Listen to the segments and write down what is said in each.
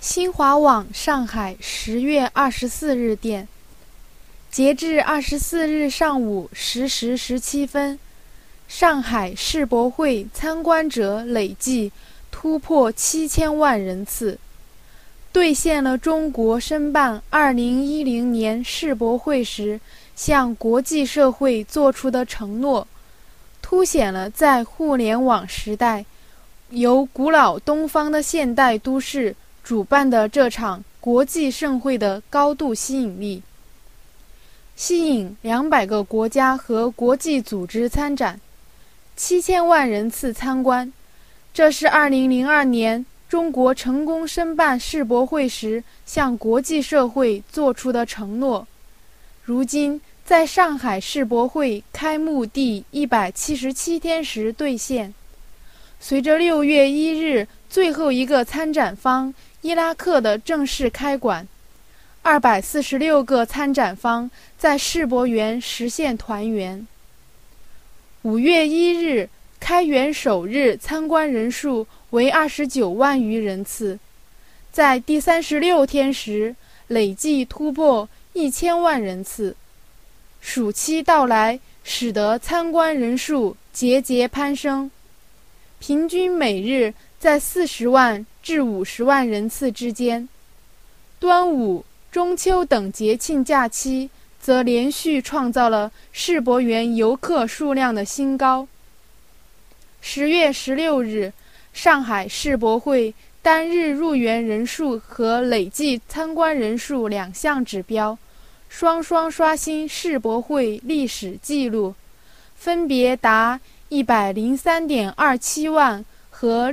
新华网上海10月24日电，截至24日上午10时17分，上海世博会参观者累计突破7000万人次，兑现了中国申办2010年世博会时向国际社会做出的承诺，凸显了在互联网时代，由古老东方的现代都市主办的这场国际盛会的高度吸引力，吸引200个国家和国际组织参展，7000万人次参观。这是2002年中国成功申办世博会时向国际社会做出的承诺，如今在上海世博会开幕第177天时兑现。随着6月1日最后一个参展方伊拉克的正式开馆，246个参展方在世博园实现团圆。5月1日开园首日参观人数为29万余人次，在第36天时累计突破1000万人次。暑期到来使得参观人数节节攀升，平均每日在40万至50万人次之间。端午、中秋等节庆假期则连续创造了世博园游客数量的新高。10月16日，上海世博会单日入园人数和累计参观人数2项指标双双刷新世博会历史纪录，分别达103.27万和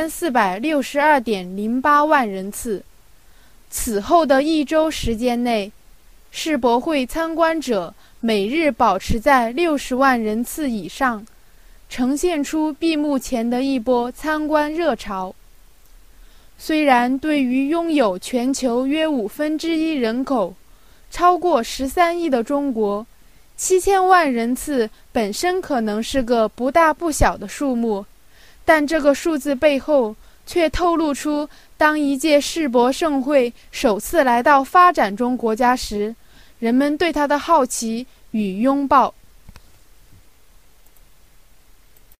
6462.08万人次。此后的1周时间内，世博会参观者每日保持在60万人次以上，呈现出闭幕前的一波参观热潮。虽然对于拥有全球约1/5人口、超过13亿的中国，7000万人次本身可能是个不大不小的数目，但这个数字背后却透露出，当一届世博盛会首次来到发展中国家时，人们对它的好奇与拥抱。